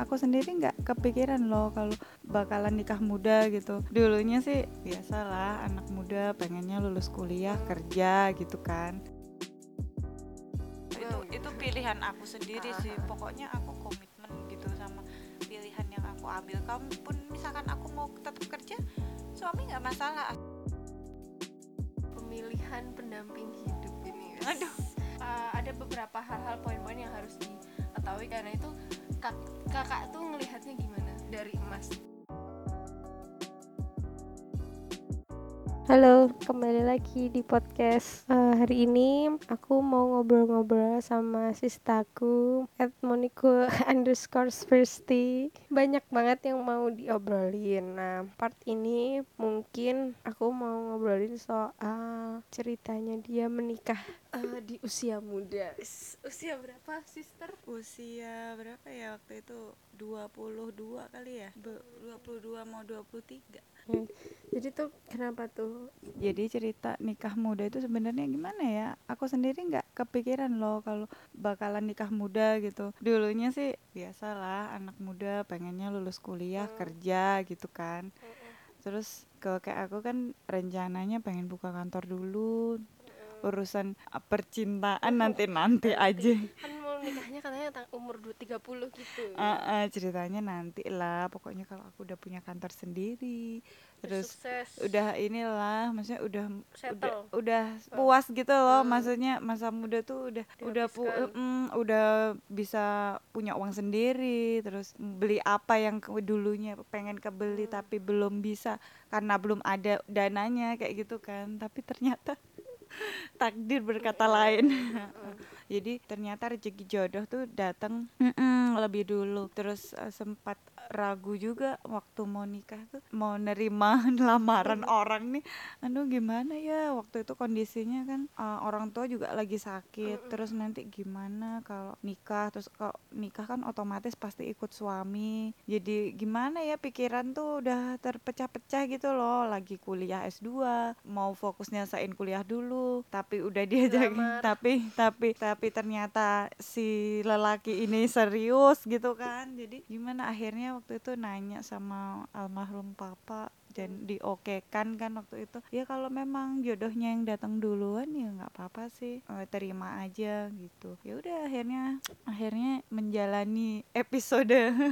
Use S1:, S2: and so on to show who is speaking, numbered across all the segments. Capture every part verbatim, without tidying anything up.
S1: aku sendiri nggak kepikiran loh kalau bakalan nikah muda gitu. Dulunya sih biasalah anak muda pengennya lulus kuliah kerja gitu kan. Itu itu pilihan aku sendiri sih. Pokoknya aku komitmen gitu sama pilihan yang aku ambil. Kamu pun misalkan aku mau tetap kerja, suami nggak masalah.
S2: Pemilihan pendamping hidup ini, guys.
S1: Aduh.
S2: Uh, ada beberapa hal-hal poin-poin yang harus diketahui karena itu kak, kakak tuh ngelihatnya gimana dari emas. Halo, kembali lagi di podcast. Uh, hari ini aku mau ngobrol-ngobrol sama sistaku at Moniko underscore Spristi. Banyak banget yang mau diobrolin. Nah, part ini mungkin aku mau ngobrolin soal ceritanya dia menikah uh, di usia muda. Usia berapa, sister?
S1: Usia berapa ya waktu itu? dua puluh dua kali ya? dua puluh dua mau dua puluh tiga.
S2: Hmm. Jadi tuh kenapa tuh?
S1: Jadi cerita nikah muda itu sebenarnya gimana ya? Aku sendiri nggak kepikiran loh kalau bakalan nikah muda gitu. Dulunya sih biasalah anak muda pengennya lulus kuliah
S2: hmm.
S1: kerja gitu kan.
S2: Hmm.
S1: Terus kalau kayak aku kan rencananya pengen buka kantor dulu. Urusan percintaan nanti-nanti aja.
S2: Kan mau nikahnya katanya umur tiga puluh gitu.
S1: Uh, uh, ceritanya nanti lah. Pokoknya kalau aku udah punya kantor sendiri, terus
S2: sukses,
S1: udah inilah, maksudnya udah
S2: settle,
S1: udah udah puas gitu loh.
S2: Hmm.
S1: Maksudnya masa muda tuh udah udah pu, mm, udah bisa punya uang sendiri, terus beli apa yang ke, dulunya pengen kebeli
S2: Hmm.
S1: tapi belum bisa karena belum ada dananya kayak gitu kan. Tapi ternyata takdir berkata mm, lain. Mm. Jadi ternyata rezeki jodoh tuh datang lebih dulu. Terus uh, sempat ragu juga waktu mau nikah tuh mau nerima lamaran orang nih. Aduh gimana ya, waktu itu kondisinya kan uh, orang tua juga lagi sakit. Terus nanti gimana kalau nikah, terus kalau nikah kan otomatis pasti ikut suami. Jadi gimana ya, pikiran tuh udah terpecah-pecah gitu loh. Lagi kuliah S dua, mau fokus nyelesain kuliah dulu, tapi udah diajakin, tapi tapi tapi ternyata si lelaki ini serius gitu kan. Jadi gimana akhirnya waktu itu nanya sama almarhum papa dan diokekan kan waktu itu. Ya kalau memang jodohnya yang datang duluan ya nggak apa-apa sih, e, terima aja gitu. Ya udah akhirnya akhirnya menjalani episode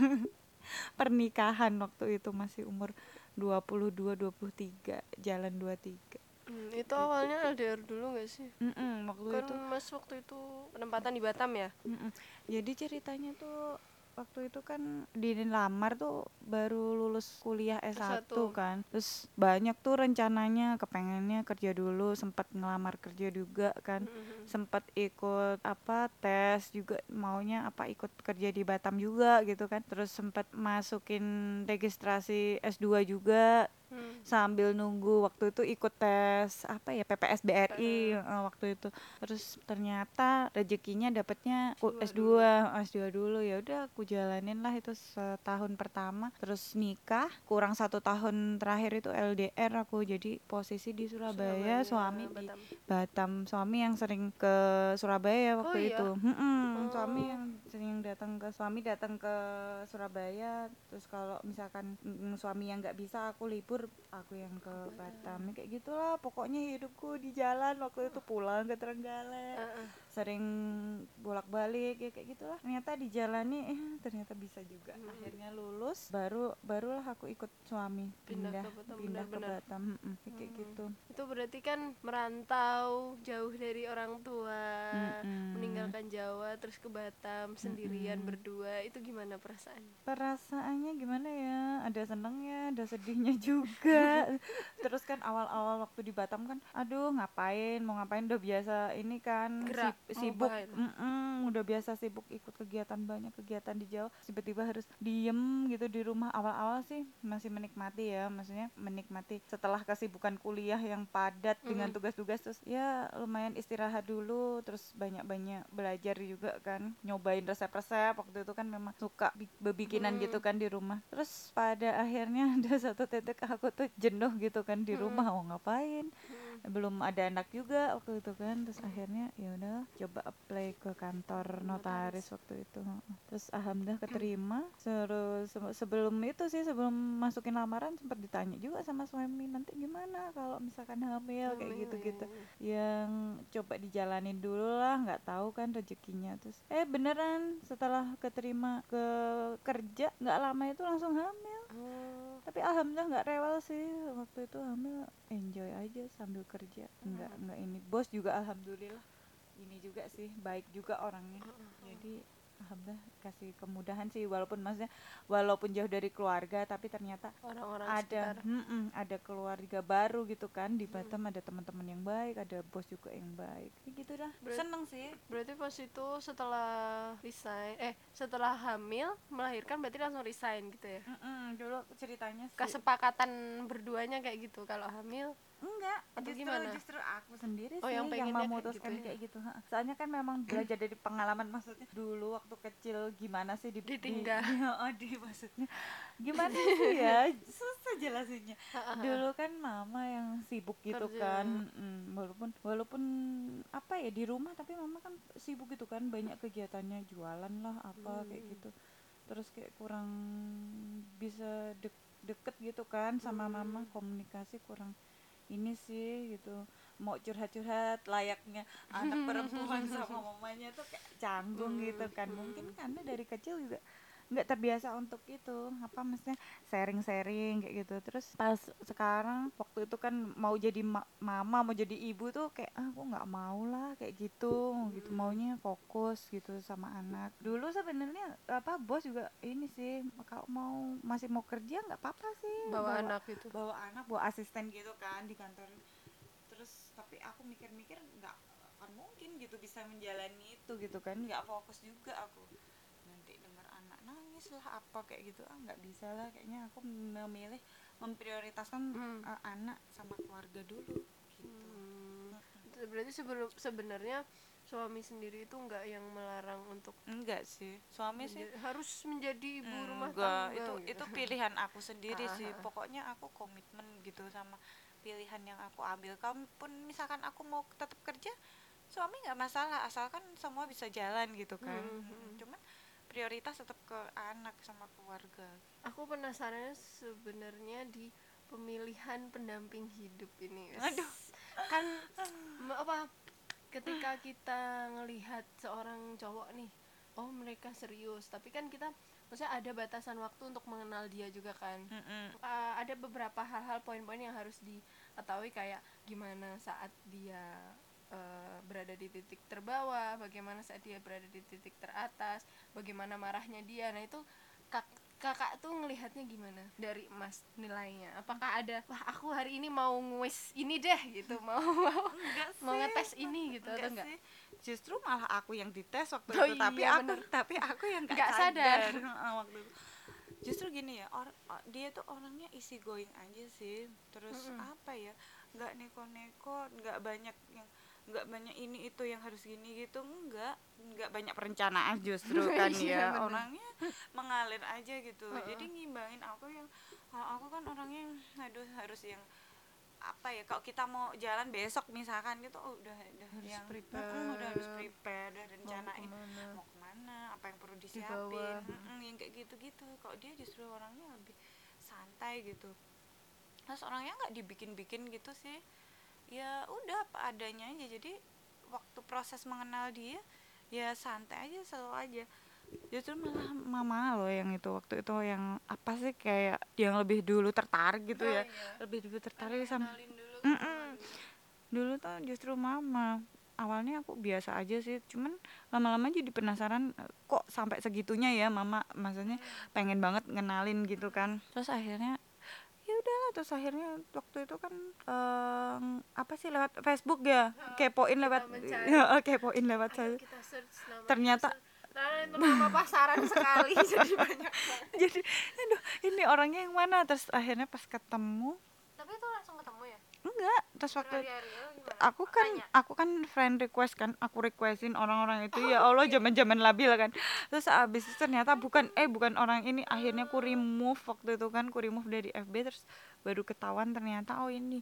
S1: pernikahan waktu itu masih umur dua puluh dua dua puluh tiga, jalan dua puluh tiga.
S2: Hmm, itu awalnya L D R dulu gak sih?
S1: Mm-mm, waktu
S2: kan
S1: itu
S2: mas waktu itu penempatan di Batam ya.
S1: Mm-mm. Jadi ceritanya tuh waktu itu kan dilamar tuh baru lulus kuliah S satu kan. Terus banyak tuh rencananya kepengennya kerja dulu, sempat ngelamar kerja juga kan. Mm-hmm. Sempat ikut apa tes juga, maunya apa ikut kerja di Batam juga gitu kan. Terus sempat masukin registrasi S dua juga. Hmm. Sambil nunggu waktu itu ikut tes apa ya P P S B R I uh, waktu itu. Terus ternyata rezekinya dapatnya S dua S dua dulu. Ya udah aku jalanin lah itu setahun pertama, terus nikah. Kurang satu tahun terakhir itu L D R aku, jadi posisi di Surabaya, Surabaya suami Batam. Di Batam. Suami yang sering ke Surabaya waktu oh, itu iya? hmm, oh. Suami yang sering datang ke suami datang ke Surabaya. Terus kalau misalkan mm, suami yang nggak bisa, aku libur, aku yang ke oh, Batam. Kayak gitulah pokoknya hidupku di jalan waktu itu. Pulang ke Trenggalek, uh-uh. sering bolak-balik ya kayak gitulah. Ternyata dijalani eh ternyata bisa juga. Hmm. Akhirnya lulus, baru barulah aku ikut suami pindah pindah ke Batam, pindah ke Batam. Hmm, kayak hmm. gitu.
S2: Itu berarti kan merantau jauh dari orang tua, hmm. meninggalkan Jawa terus ke Batam sendirian, hmm. berdua. Itu gimana perasaannya?
S1: Perasaannya gimana ya? Ada senengnya, ada sedihnya juga. Terus kan awal-awal waktu di Batam kan, aduh ngapain, mau ngapain, udah biasa ini kan
S2: Gerak,
S1: sibuk, udah biasa sibuk ikut kegiatan, banyak kegiatan di Jawa. Tiba-tiba harus diem gitu di rumah. Awal-awal sih masih menikmati ya, maksudnya menikmati setelah kesibukan kuliah yang padat mm-hmm. dengan tugas-tugas. Terus ya lumayan istirahat dulu, terus banyak-banyak belajar juga kan, nyobain resep-resep. Waktu itu kan memang suka bebikinan hmm. gitu kan di rumah. Terus pada akhirnya ada satu titik aku tuh jenuh gitu kan di rumah, hmm. mau ngapain, hmm. belum ada anak juga waktu itu kan, terus akhirnya ya udah coba apply ke kantor notaris waktu itu. Terus alhamdulillah keterima. Terus se- sebelum itu sih, sebelum masukin lamaran sempat ditanya juga sama suami, nanti gimana kalau misalkan hamil kayak
S2: Hamil,
S1: gitu-gitu,
S2: iya.
S1: yang coba dijalanin dulu lah, nggak tahu kan rezekinya. Terus eh beneran setelah keterima ke kerja nggak lama itu langsung hamil.
S2: Oh,
S1: Tapi alhamdulillah nggak rewel sih waktu itu, hamil enjoy aja sambil kerja, nggak nggak ini. Bos juga alhamdulillah ini juga sih, baik juga orangnya, jadi alhamdulillah kasih kemudahan sih, walaupun maksudnya walaupun jauh dari keluarga tapi ternyata
S2: orang-orang
S1: ada
S2: sekitar.
S1: mm-mm, ada keluarga baru gitu kan di Batam, ada teman-teman yang baik, ada bos juga yang baik, kayak gitu dah.
S2: Berat-
S1: Seneng sih.
S2: Berarti pas itu setelah resign, eh setelah hamil melahirkan berarti langsung resign gitu ya?
S1: Mm-mm, dulu ceritanya sih
S2: Kesepakatan berduanya kayak gitu kalau hamil?
S1: enggak,
S2: Atau
S1: justru
S2: gimana?
S1: justru aku sendiri
S2: Oh,
S1: sih
S2: yang
S1: yang
S2: pengennya kayak
S1: memutuskan
S2: gitu ya?
S1: kayak gitu, ha. Soalnya kan memang belajar dari pengalaman, maksudnya dulu waktu kecil gimana sih di di,
S2: Ditinggal.
S1: di, oh, di maksudnya gimana sih ya, susah jelasinnya. Dulu kan mama yang sibuk gitu
S2: Kerja.
S1: kan, mm, walaupun walaupun apa ya di rumah, tapi mama kan sibuk gitu kan, banyak kegiatannya, jualan lah apa kayak
S2: Hmm.
S1: gitu. Terus kayak kurang bisa dek- deket gitu kan sama mama, komunikasi kurang ini sih gitu. Mau curhat-curhat layaknya anak perempuan sama mamanya tuh kayak canggung gitu kan, mungkin karena dari kecil juga nggak terbiasa untuk itu, apa maksudnya sharing-sharing kayak gitu. Terus pas sekarang waktu itu kan mau jadi ma- mama mau jadi ibu tuh kayak ah, aku nggak mau lah kayak gitu gitu, maunya fokus gitu sama anak. Dulu sebenarnya apa bos juga ini sih, kalau mau masih mau kerja nggak apa-apa sih,
S2: Bawa
S1: bawa
S2: anak gitu.
S1: bawa anak, bawa asisten gitu kan di kantor. Terus tapi aku mikir-mikir nggak akan mungkin gitu bisa menjalani itu gitu kan, nggak fokus juga aku, nanti dengar anak nangis lah apa kayak gitu, ah nggak bisa lah, kayaknya aku memilih memprioritaskan
S2: Hmm.
S1: uh, anak sama keluarga dulu gitu.
S2: Hmm. Berarti sebelum sebenarnya suami sendiri itu enggak yang melarang untuk
S1: Enggak sih, suami sih
S2: menja- harus menjadi ibu rumah
S1: enggak,
S2: tangga
S1: itu
S2: gitu.
S1: itu pilihan aku sendiri
S2: Ah,
S1: sih,
S2: ah, ah.
S1: pokoknya aku komitmen gitu sama pilihan yang aku ambil. Kalaupun misalkan aku mau tetap kerja, suami nggak masalah asalkan semua bisa jalan gitu kan.
S2: Hmm,
S1: Mm,
S2: hmm.
S1: cuman prioritas tetap ke anak sama keluarga.
S2: Aku penasaran sebenarnya di pemilihan pendamping hidup ini.
S1: Aduh.
S2: Kan m- apa ketika kita ngelihat seorang cowok nih, oh mereka serius, tapi kan kita maksudnya ada batasan waktu untuk mengenal dia juga kan.
S1: Mm-mm.
S2: Uh, ada beberapa hal-hal poin-poin yang harus diketahui, kayak gimana saat dia uh, berada di titik terbawah, bagaimana saat dia berada di titik teratas, bagaimana marahnya dia. Nah itu kak kakak tuh ngelihatnya gimana dari Mas nilainya? Apakah ada wah aku hari ini mau nguis ini deh gitu, mau mau
S1: Enggak
S2: mau
S1: sih,
S2: ngetes ini gitu
S1: enggak
S2: atau enggak?
S1: sih, justru malah aku yang dites waktu
S2: Oh
S1: itu, tapi
S2: iya
S1: aku
S2: bener,
S1: tapi aku yang nggak
S2: nggak
S1: sadar,
S2: sadar.
S1: Heeh, waktu itu. Justru gini ya, or, or- dia tuh orangnya easy going aja sih, terus
S2: Mm-mm.
S1: apa ya, nggak neko-neko, nggak banyak yang nggak banyak ini itu yang harus gini gitu, enggak nggak banyak perencanaan justru kan
S2: Iya,
S1: ya,
S2: bener.
S1: orangnya mengalir aja gitu.
S2: Uh-uh.
S1: Jadi ngimbangin aku yang, kalau aku kan orangnya aduh harus yang apa ya, kalau kita mau jalan besok misalkan gitu, oh, udah udah
S2: Harus
S1: yang
S2: prepare.
S1: mm, udah harus prepare, udah
S2: Mau
S1: rencanain
S2: kemana?
S1: mau kemana, apa yang perlu
S2: Di
S1: disiapin,
S2: bawah.
S1: mm, yang kayak gitu-gitu. Kalau dia justru orangnya lebih santai gitu, terus orangnya nggak dibikin-bikin gitu sih, ya udah apa adanya aja. Jadi waktu proses mengenal dia ya santai aja, selalu aja. Justru malah mama loh yang itu waktu itu yang apa sih, kayak yang lebih dulu tertarik gitu
S2: Oh
S1: ya,
S2: iya.
S1: lebih dulu
S2: Kan
S1: tertarik sama
S2: kenalin dulu ke mama dulu.
S1: dulu tuh justru mama. Awalnya aku biasa aja sih, cuman lama-lama jadi penasaran, kok sampai segitunya ya mama, maksudnya pengen banget ngenalin gitu kan. Terus akhirnya ya udahlah, terus akhirnya waktu itu kan em, apa sih, lewat Facebook ya, kepoin
S2: Kita
S1: lewat
S2: mencari.
S1: ya, kepoin lewat
S2: Ayo
S1: saya.
S2: kita search namanya.
S1: Ternyata
S2: Karena itu nama pasaran sekali, jadi banyak banget.
S1: jadi aduh ini orangnya yang mana, terus akhirnya pas ketemu
S2: Tapi itu langsung ketemu ya?
S1: enggak, terus waktu
S2: Berhari-hari oh, gimana?
S1: aku kan
S2: Tanya.
S1: aku kan friend request kan, aku requestin orang-orang itu, ya Allah zaman-zaman labil kan. Terus abis itu ternyata bukan eh bukan orang ini, akhirnya ku remove waktu itu kan, ku remove dari F B, terus baru ketahuan ternyata oh ini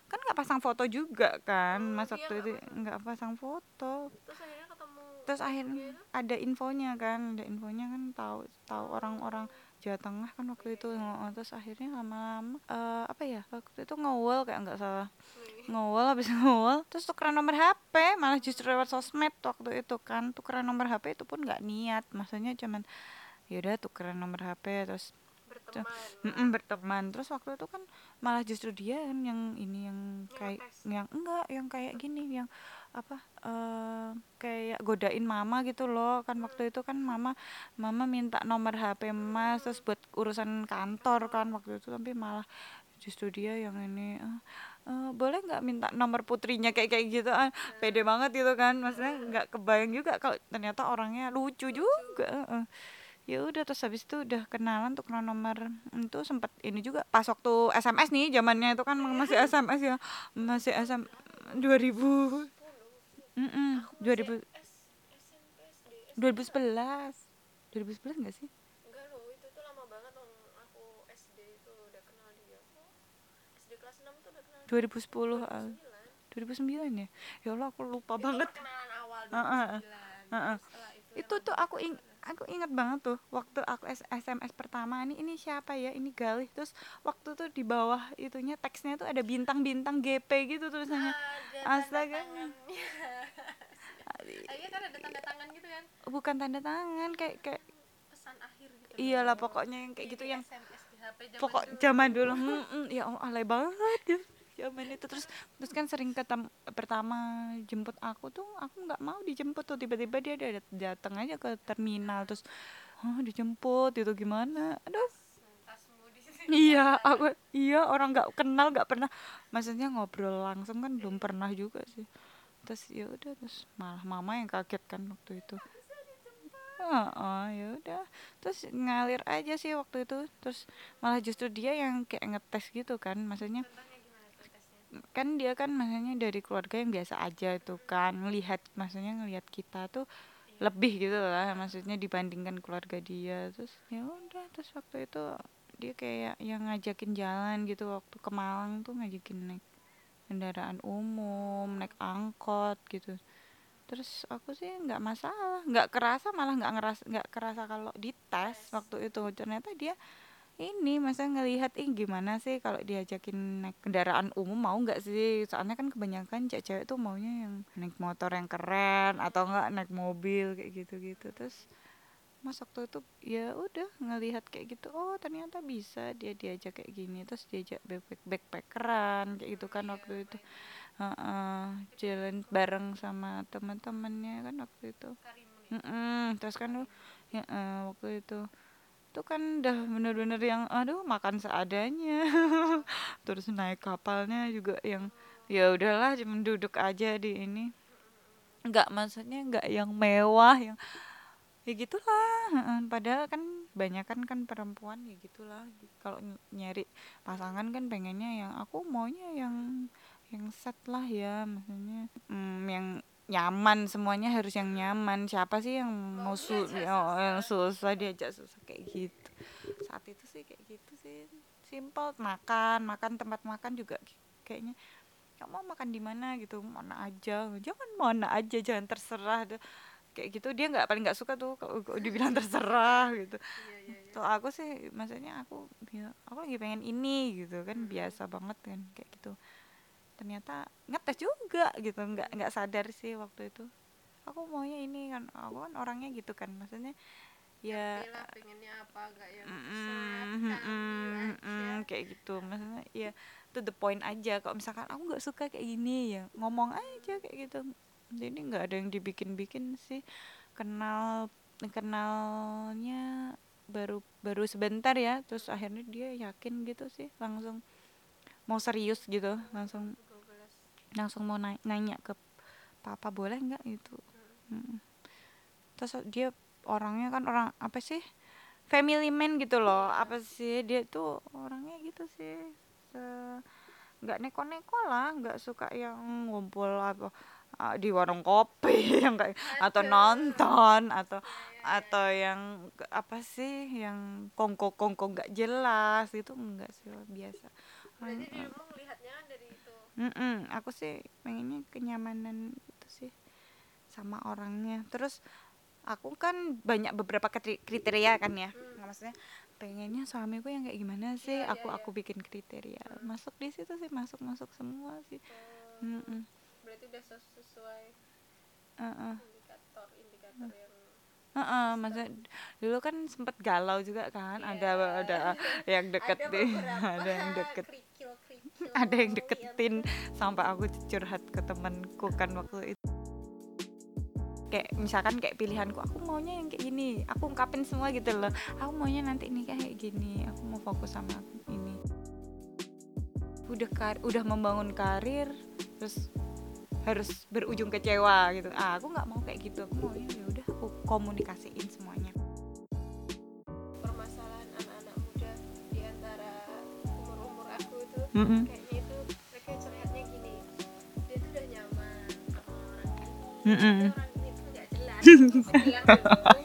S1: kan nggak pasang foto juga kan.
S2: Oh,
S1: Mas
S2: dia
S1: waktu
S2: nggak
S1: itu
S2: pasang.
S1: nggak pasang foto.
S2: Terus akhirnya ketemu
S1: Terus
S2: orangnya
S1: akhirnya
S2: itu?
S1: ada infonya kan, ada infonya kan, tahu tahu
S2: Oh.
S1: orang-orang Jawa Tengah kan waktu
S2: Iya,
S1: itu.
S2: iya.
S1: Heeh, terus akhirnya lama-lama eh, apa ya, waktu itu ngewol kayak nggak salah,
S2: Wih.
S1: ngewol habis ngewol terus tukeran nomor H P, malah justru lewat sosmed waktu itu kan. Tukeran nomor H P itu pun nggak niat, maksudnya cuman yaudah tukeran nomor H P terus Tuh,
S2: Berteman
S1: mm-mm,
S2: lah.
S1: berteman. Terus waktu itu kan malah justru dia kan yang ini, yang
S2: Yang
S1: kayak
S2: ngetes.
S1: yang enggak, yang kayak gini, yang apa eh kayak godain mama gitu loh kan. Waktu itu kan mama mama minta nomor H P Mas terus buat urusan kantor kan waktu itu, tapi malah justru dia yang ini eh, eh, boleh nggak minta nomor putrinya, kayak kayak gitu ah, pede banget gitu kan. Maksudnya nggak kebayang juga kalau ternyata orangnya lucu,
S2: Lucu.
S1: juga. Heeh. Ya udah, terus habis itu udah kenalan tuh, kenal nomor itu sempet ini juga pas waktu S M S nih, zamannya itu kan masih S M S ya, masih S M dua ribu. Mm-mm,
S2: Aku
S1: dua
S2: masih
S1: ribu
S2: S, SMP, SD,
S1: dua
S2: S D
S1: ribu
S2: enggak?
S1: sebelas dua ribu sebelas nggak sih?
S2: Enggak loh, itu tuh lama banget dong. Aku S D itu udah kenal dia. Oh, S D kelas enam tuh udah kenal dia.
S1: dua ribu sepuluh ah,
S2: dua ribu sembilan.
S1: dua ribu sembilan ya. Ya Allah, aku lupa
S2: Itu
S1: banget.
S2: perkenalan awal
S1: Heeh,
S2: dua ribu sembilan.
S1: heeh.
S2: Terus setelah itu yang
S1: Itu tuh
S2: lebih
S1: aku
S2: dekat
S1: ing
S2: baru.
S1: aku inget banget tuh waktu aku S- SMS pertama, ini ini siapa ya, ini Galih. Terus waktu tuh di bawah itunya teksnya tuh ada bintang-bintang G P gitu tulisannya.
S2: Ada tanda
S1: Astaga.
S2: tangannya. Ah, iya kan ada tanda tangan gitu kan?
S1: Bukan tanda tangan, kayak kayak
S2: Pesan akhir gitu
S1: iyalah
S2: loh.
S1: pokoknya yang kayak
S2: Iya,
S1: gitu,
S2: di
S1: yang
S2: S M S di H P zaman
S1: pokok
S2: dulu.
S1: zaman dulu. Hmm, hmm, ya Allah, alay banget ya zaman itu. Terus terus kan sering ketemu, pertama jemput aku tuh aku nggak mau dijemput tuh, tiba-tiba dia ada datang aja ke terminal. Terus oh dijemput itu gimana, aduh.
S2: Tas, tasmu di sini
S1: Iya,
S2: dipajang.
S1: aku iya, orang nggak kenal, nggak pernah, maksudnya ngobrol langsung kan belum pernah juga sih. Terus ya udah, terus malah mama yang kaget kan waktu itu. Heeh, ya udah. Terus ngalir aja sih waktu itu. Terus malah justru dia yang kayak ngetes gitu kan. Maksudnya
S2: Contohnya gimana tuh tesnya?
S1: kan dia kan maksudnya dari keluarga yang biasa aja itu kan. Ngelihat, maksudnya ngelihat kita tuh
S2: Iya.
S1: lebih gitu lah, maksudnya dibandingkan keluarga dia. Terus ya udah, terus waktu itu dia kayak yang ngajakin jalan gitu, waktu ke Malang tuh ngajakin naik kendaraan umum, naik angkot gitu. Terus aku sih nggak masalah, nggak kerasa, malah nggak ngeras nggak kerasa kalau dites
S2: Tes.
S1: waktu itu. Ternyata dia ini masa ngelihat, ih gimana sih kalau diajakin naik kendaraan umum, mau nggak sih? Soalnya kan kebanyakan cewek-cewek tuh maunya yang naik motor yang keren atau enggak naik mobil kayak gitu-gitu. Terus mas waktu itu ya udah ngelihat kayak gitu, oh ternyata bisa dia diajak kayak gini. Terus diajak backpack backpackeran kayak gitu
S2: Hmm,
S1: kan
S2: iya,
S1: waktu itu.
S2: main
S1: Heeh, jalan
S2: ikut-ikut
S1: bareng sama teman-temannya kan waktu itu.
S2: Karimun ya.
S1: Mm-mm, terus kan lu
S2: Karimun.
S1: ya eh, waktu itu tuh kan udah bener-bener yang aduh makan seadanya. Terus naik kapalnya juga yang ya udahlah, cuma duduk aja di ini, nggak, maksudnya nggak yang mewah, yang ya gitulah. Heeh, padahal kan banyak kan kan perempuan ya gitulah, kalau ny- nyari pasangan kan pengennya yang, aku maunya yang yang set lah ya, maksudnya mm, yang nyaman, semuanya harus yang nyaman. Siapa sih yang
S2: Mau
S1: mau su
S2: diajak
S1: ya, yang
S2: susah.
S1: susah, diajak susah kayak gitu. Saat itu sih kayak gitu sih, simple. Makan makan tempat makan juga kayaknya, kamu mau makan di mana gitu, mana aja, jangan mana aja, jangan terserah deh. Kayak gitu dia nggak, paling nggak suka tuh kalau kalau dibilang terserah gitu.
S2: Iya, iya, iya.
S1: Tuh aku sih maksudnya aku ya, aku lagi pengen ini gitu kan,
S2: Mm-mm.
S1: biasa banget kan kayak gitu. Ternyata ngetes juga gitu, nggak nggak sadar sih waktu itu aku maunya ini kan. Aku kan orangnya gitu kan, maksudnya ya
S2: Ngerti lah pengennya apa, gak yang set
S1: mm, mm,
S2: ambil
S1: mm,
S2: aja.
S1: mm, kayak gitu, maksudnya ya to the point aja. Kalau misalkan aku nggak suka kayak gini, ya ngomong aja kayak gitu. Jadi nggak ada yang dibikin-bikin sih. kenal Kenalnya baru baru sebentar ya, terus akhirnya dia yakin gitu sih, langsung mau serius gitu, langsung
S2: dua belas.
S1: langsung mau na- nanya ke papa boleh nggak gitu. Mm. Terus dia orangnya kan orang apa sih, family man gitu loh.
S2: Iya.
S1: Apa sih, dia tuh orangnya gitu sih. Se- nggak neko-neko lah, nggak suka yang ngumpul atau uh, di warung kopi yang kayak, atau
S2: Aduh.
S1: nonton, atau
S2: Iya, iya, iya,
S1: atau
S2: iya.
S1: yang ke- apa sih, yang kongko-kongko nggak jelas itu, enggak sih, biasa.
S2: Berarti
S1: Orang-
S2: dirimu ngelihatnya kan dari itu.
S1: Mm-mm, aku sih pengennya kenyamanan gitu sih sama orangnya. Terus aku kan banyak beberapa kri- kriteria kan ya.
S2: Hmm.
S1: Nggak, maksudnya pengennya suamiku yang kayak gimana sih?
S2: Iya,
S1: Aku
S2: iya,
S1: aku
S2: iya.
S1: bikin kriteria.
S2: Hmm.
S1: Masuk di situ sih, masuk masuk semua sih.
S2: Oh,
S1: Mm-mm.
S2: berarti udah ses- sesuai
S1: Uh-uh.
S2: indikator-indikator yang
S1: Heeh, maksudnya dulu kan sempet galau juga kan,
S2: Iya.
S1: ada ada yang
S2: ada
S1: deketin,
S2: beberapa
S1: ada yang deket,
S2: kerikil-kerikil
S1: ada yang
S2: yang
S1: deketin sampai aku curhat ke temanku kan waktu itu. Kayak misalkan kayak pilihanku, aku maunya yang kayak gini, aku ungkapin semua gitu loh. Aku maunya nanti nikah kayak gini, aku mau fokus sama ini. Udah kar udah membangun karir, terus harus berujung kecewa gitu. Ah, aku nggak mau kayak gitu. Aku maunya ya udah aku komunikasiin semuanya.
S2: permasalahan anak-anak muda di antara umur-umur aku itu
S1: Mm-mm.
S2: kayaknya itu mereka curhatnya gini, dia tuh udah nyaman sama orang ini
S1: Mm-mm.
S2: tapi orang ini tuh nggak jelas gitu, bilang gitu.